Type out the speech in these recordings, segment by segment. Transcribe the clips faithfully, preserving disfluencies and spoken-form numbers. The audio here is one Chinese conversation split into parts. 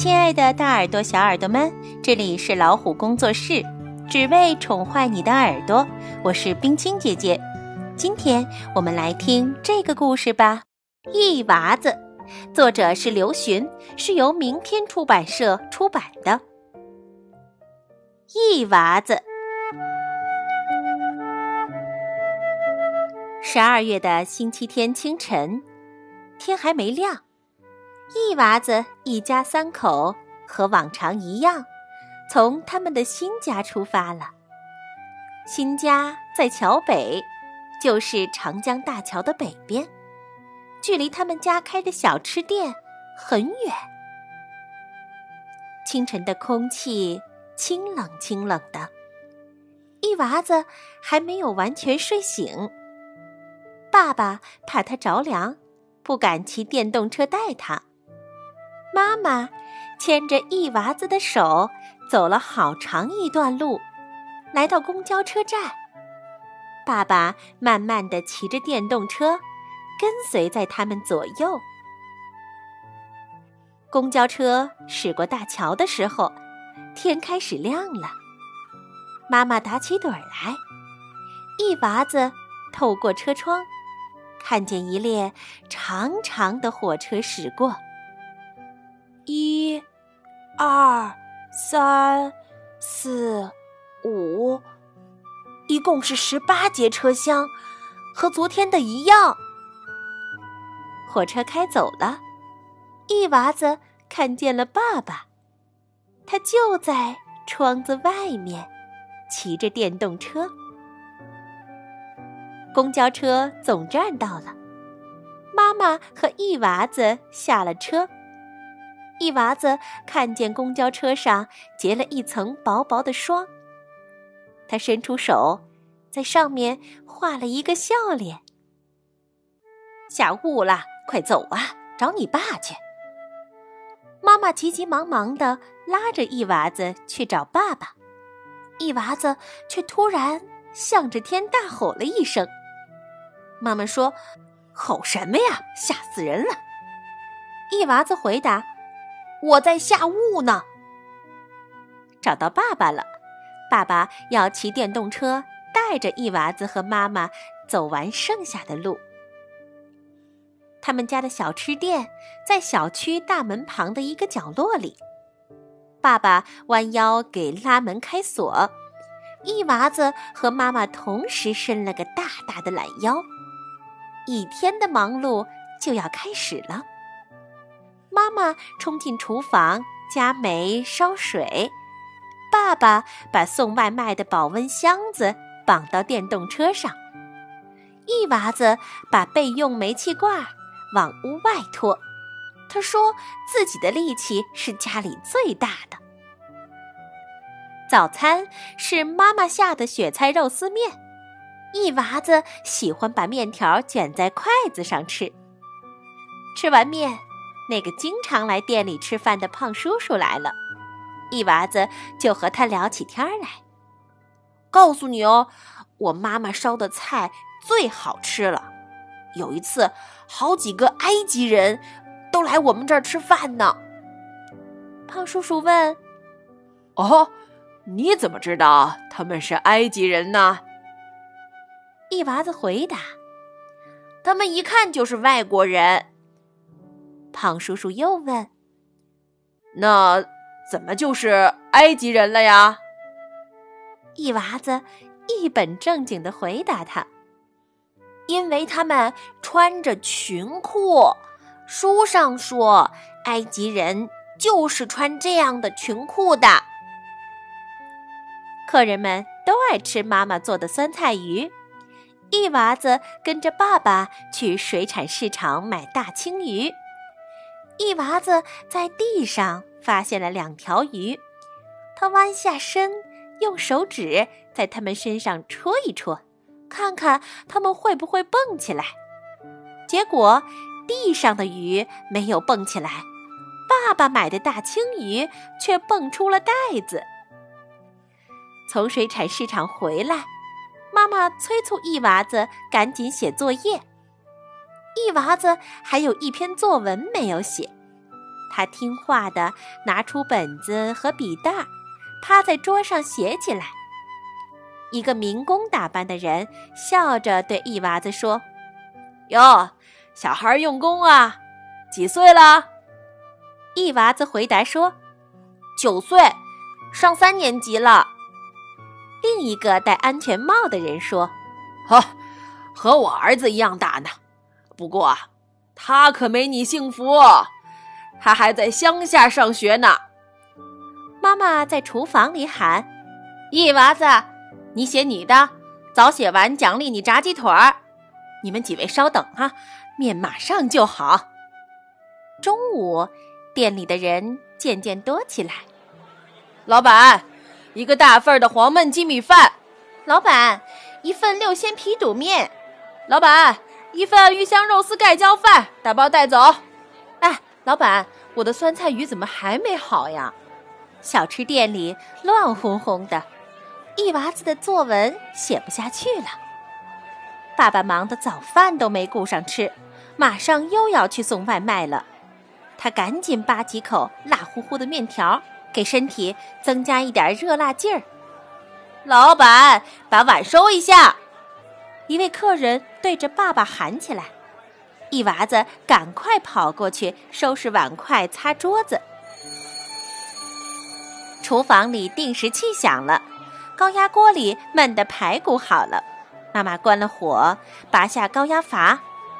亲爱的大耳朵小耳朵们，这里是老虎工作室，只为宠坏你的耳朵，我是冰清姐姐。今天我们来听这个故事吧。一娃子，作者是刘询，是由明天出版社出版的。一娃子。十二月的星期天清晨，天还没亮，一娃子一家三口和往常一样，从他们的新家出发了。新家在桥北，就是长江大桥的北边，距离他们家开的小吃店很远。清晨的空气清冷清冷的，一娃子还没有完全睡醒。爸爸怕他着凉，不敢骑电动车带他。妈妈牵着一娃子的手走了好长一段路，来到公交车站。爸爸慢慢地骑着电动车，跟随在他们左右。公交车驶过大桥的时候，天开始亮了。妈妈打起盹来，一娃子透过车窗，看见一列长长的火车驶过。一、二、三、四、五，一共是十八节车厢，和昨天的一样。火车开走了，一娃子看见了爸爸，他就在窗子外面，骑着电动车。公交车总站到了，妈妈和一娃子下了车。一娃子看见公交车上结了一层薄薄的霜，他伸出手，在上面画了一个笑脸。下雾了，快走啊，找你爸去。妈妈急急忙忙地拉着一娃子去找爸爸，一娃子却突然向着天大吼了一声。妈妈说：吼什么呀，吓死人了。一娃子回答：我在下雾呢。找到爸爸了，爸爸要骑电动车带着一娃子和妈妈走完剩下的路。他们家的小吃店在小区大门旁的一个角落里。爸爸弯腰给拉门开锁，一娃子和妈妈同时伸了个大大的懒腰。一天的忙碌就要开始了。妈妈冲进厨房加煤烧水，爸爸把送外卖的保温箱子绑到电动车上，一娃子把备用煤气罐往屋外拖。他说自己的力气是家里最大的。早餐是妈妈下的雪菜肉丝面，一娃子喜欢把面条卷在筷子上吃。吃完面，那个经常来店里吃饭的胖叔叔来了，一娃子就和他聊起天来。告诉你哦，我妈妈烧的菜最好吃了。有一次，好几个埃及人都来我们这儿吃饭呢。胖叔叔问： 哦，你怎么知道他们是埃及人呢？ 一娃子回答：他们一看就是外国人。胖叔叔又问： 那怎么就是埃及人了呀？ 一娃子一本正经地回答他：因为他们穿着裙裤，书上说埃及人就是穿这样的裙裤的。客人们都爱吃妈妈做的酸菜鱼，一娃子跟着爸爸去水产市场买大青鱼。一娃子在地上发现了两条鱼，他弯下身，用手指在它们身上戳一戳，看看它们会不会蹦起来。结果地上的鱼没有蹦起来，爸爸买的大青鱼却蹦出了袋子。从水产市场回来，妈妈催促一娃子赶紧写作业。一娃子还有一篇作文没有写， 他听话地拿出本子和笔袋，趴在桌上写起来。一个民工打扮的人笑着对一娃子说：“ 哟，小孩用功啊，几岁了？” 一娃子回答说：“九岁，上三年级了。”另一个戴安全帽的人说：“ 呵、哦，和我儿子一样大呢，不过啊，他可没你幸福，他还在乡下上学呢。” 妈妈在厨房里喊：“一娃子，你写你的，早写完奖励你炸鸡腿儿。你们几位稍等啊，面马上就好。”中午，店里的人渐渐多起来。 老板，一个大份的黄焖鸡米饭。 老板，一份六鲜皮肚面。 老板，一份鱼香肉丝盖浇饭，打包带走。 哎，老板，我的酸菜鱼怎么还没好呀？小吃店里乱哄哄的，一娃子的作文写不下去了。爸爸忙得早饭都没顾上吃，马上又要去送外卖了。他赶紧扒几口辣乎乎的面条，给身体增加一点热辣劲儿。老板，把碗收一下！一位客人对着爸爸喊起来。一娃子赶快跑过去收拾碗筷、擦桌子。厨房里定时器响了，高压锅里焖的排骨好了。妈妈关了火，拔下高压阀，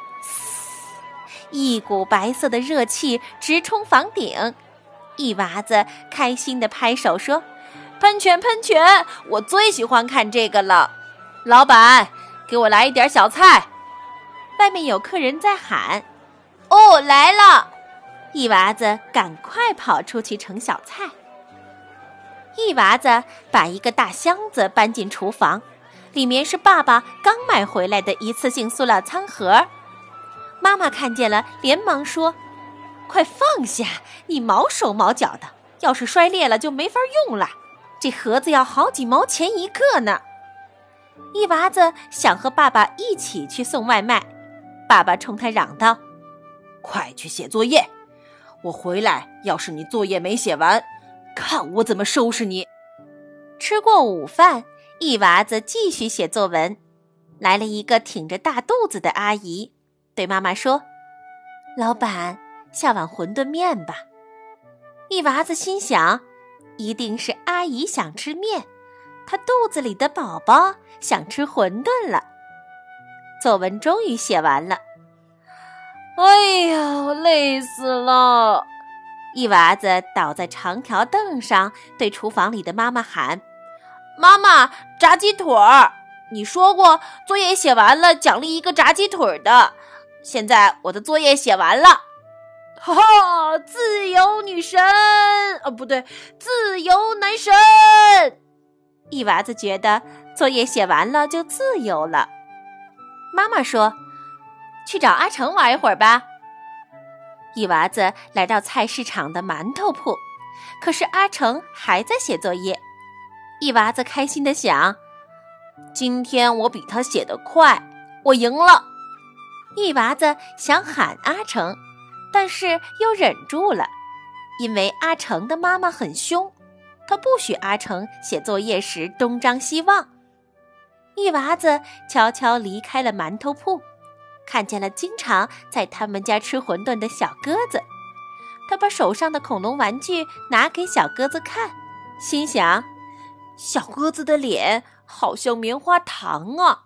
一股白色的热气直冲房顶。一娃子开心地拍手说：“喷泉喷泉，我最喜欢看这个了。” 老板，给我来一点小菜。 外面有客人在喊：“哦，来了！”一娃子赶快跑出去盛小菜。一娃子把一个大箱子搬进厨房，里面是爸爸刚买回来的一次性塑料餐盒。妈妈看见了，连忙说：“快放下，你毛手毛脚的，要是摔裂了就没法用了。这盒子要好几毛钱一个呢。”一娃子想和爸爸一起去送外卖，爸爸冲他嚷道：“ 快去写作业，我回来要是你作业没写完，看我怎么收拾你。” 吃过午饭，一娃子继续写作文。来了一个挺着大肚子的阿姨，对妈妈说：“老板，下碗馄饨面吧。”一娃子心想，一定是阿姨想吃面，她肚子里的宝宝想吃馄饨了。作文终于写完了。 哎呀，我累死了！ 一娃子倒在长条凳上，对厨房里的妈妈喊：“妈妈，炸鸡腿儿！你说过作业写完了奖励一个炸鸡腿的，现在我的作业写完了。” 哈哈，自由女神！哦，不对，自由男神！ 一娃子觉得作业写完了就自由了。妈妈说：“去找阿成玩一会儿吧。”一娃子来到菜市场的馒头铺，可是阿成还在写作业。一娃子开心地想：“今天我比他写得快，我赢了。”一娃子想喊阿成，但是又忍住了，因为阿成的妈妈很凶，她不许阿成写作业时东张西望。一娃子悄悄离开了馒头铺，看见了经常在他们家吃馄饨的小鸽子。他把手上的恐龙玩具拿给小鸽子看，心想：小鸽子的脸好像棉花糖啊。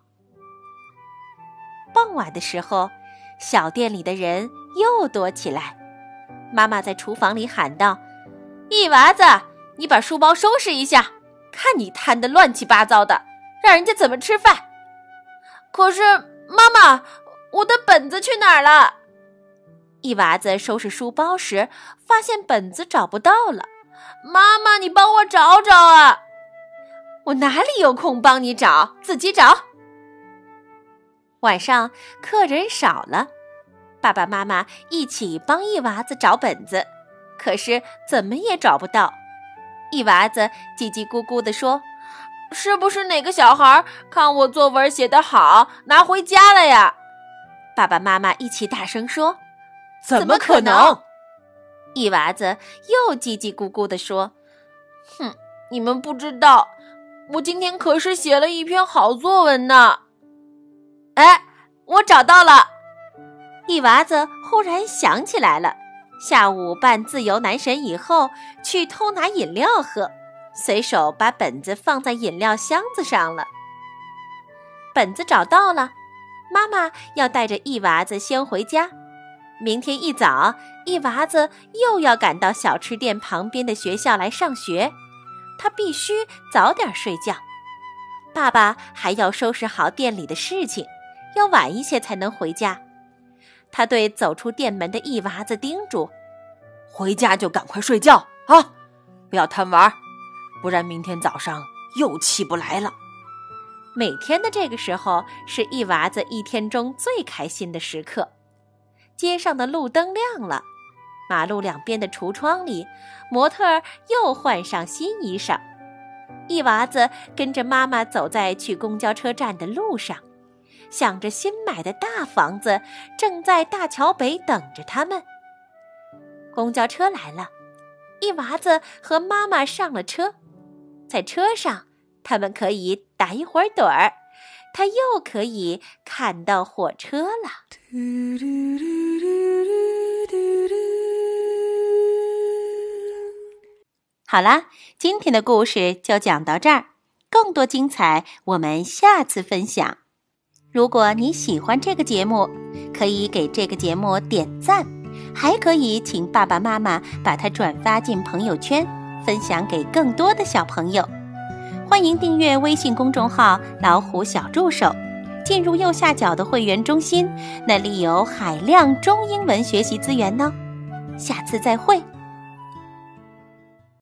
傍晚的时候，小店里的人又多起来。妈妈在厨房里喊道：“一娃子，你把书包收拾一下，看你摊得乱七八糟的，让人家怎么吃饭？”可是妈妈，我的本子去哪儿了？一娃子收拾书包时，发现本子找不到了。妈妈，你帮我找找啊！我哪里有空帮你找，自己找。晚上客人少了，爸爸妈妈一起帮一娃子找本子，可是怎么也找不到。一娃子叽叽咕咕地说：“是不是哪个小孩看我作文写得好，拿回家了呀？”爸爸妈妈一起大声说：“ 怎么可能？” 一娃子又叽叽咕咕地说： 哼，你们不知道，我今天可是写了一篇好作文呢。哎，我找到了。 一娃子忽然想起来了，下午扮自由男神以后去偷拿饮料喝，随手把本子放在饮料箱子上了。本子找到了，妈妈要带着一娃子先回家。明天一早，一娃子又要赶到小吃店旁边的学校来上学，他必须早点睡觉。爸爸还要收拾好店里的事情，要晚一些才能回家。他对走出店门的一娃子叮嘱： 回家就赶快睡觉啊，不要贪玩，不然明天早上又起不来了。 每天的这个时候是一娃子一天中最开心的时刻。街上的路灯亮了，马路两边的橱窗里，模特儿又换上新衣裳。一娃子跟着妈妈走在去公交车站的路上，想着新买的大房子正在大桥北等着他们。公交车来了，一娃子和妈妈上了车，在车上他们可以打一会儿盹儿，他又可以看到火车了。好啦，今天的故事就讲到这儿，更多精彩我们下次分享。如果你喜欢这个节目，可以给这个节目点赞，还可以请爸爸妈妈把它转发进朋友圈，分享给更多的小朋友。欢迎订阅微信公众号老虎小助手，进入右下角的会员中心，那里有海量中英文学习资源呢。下次再会。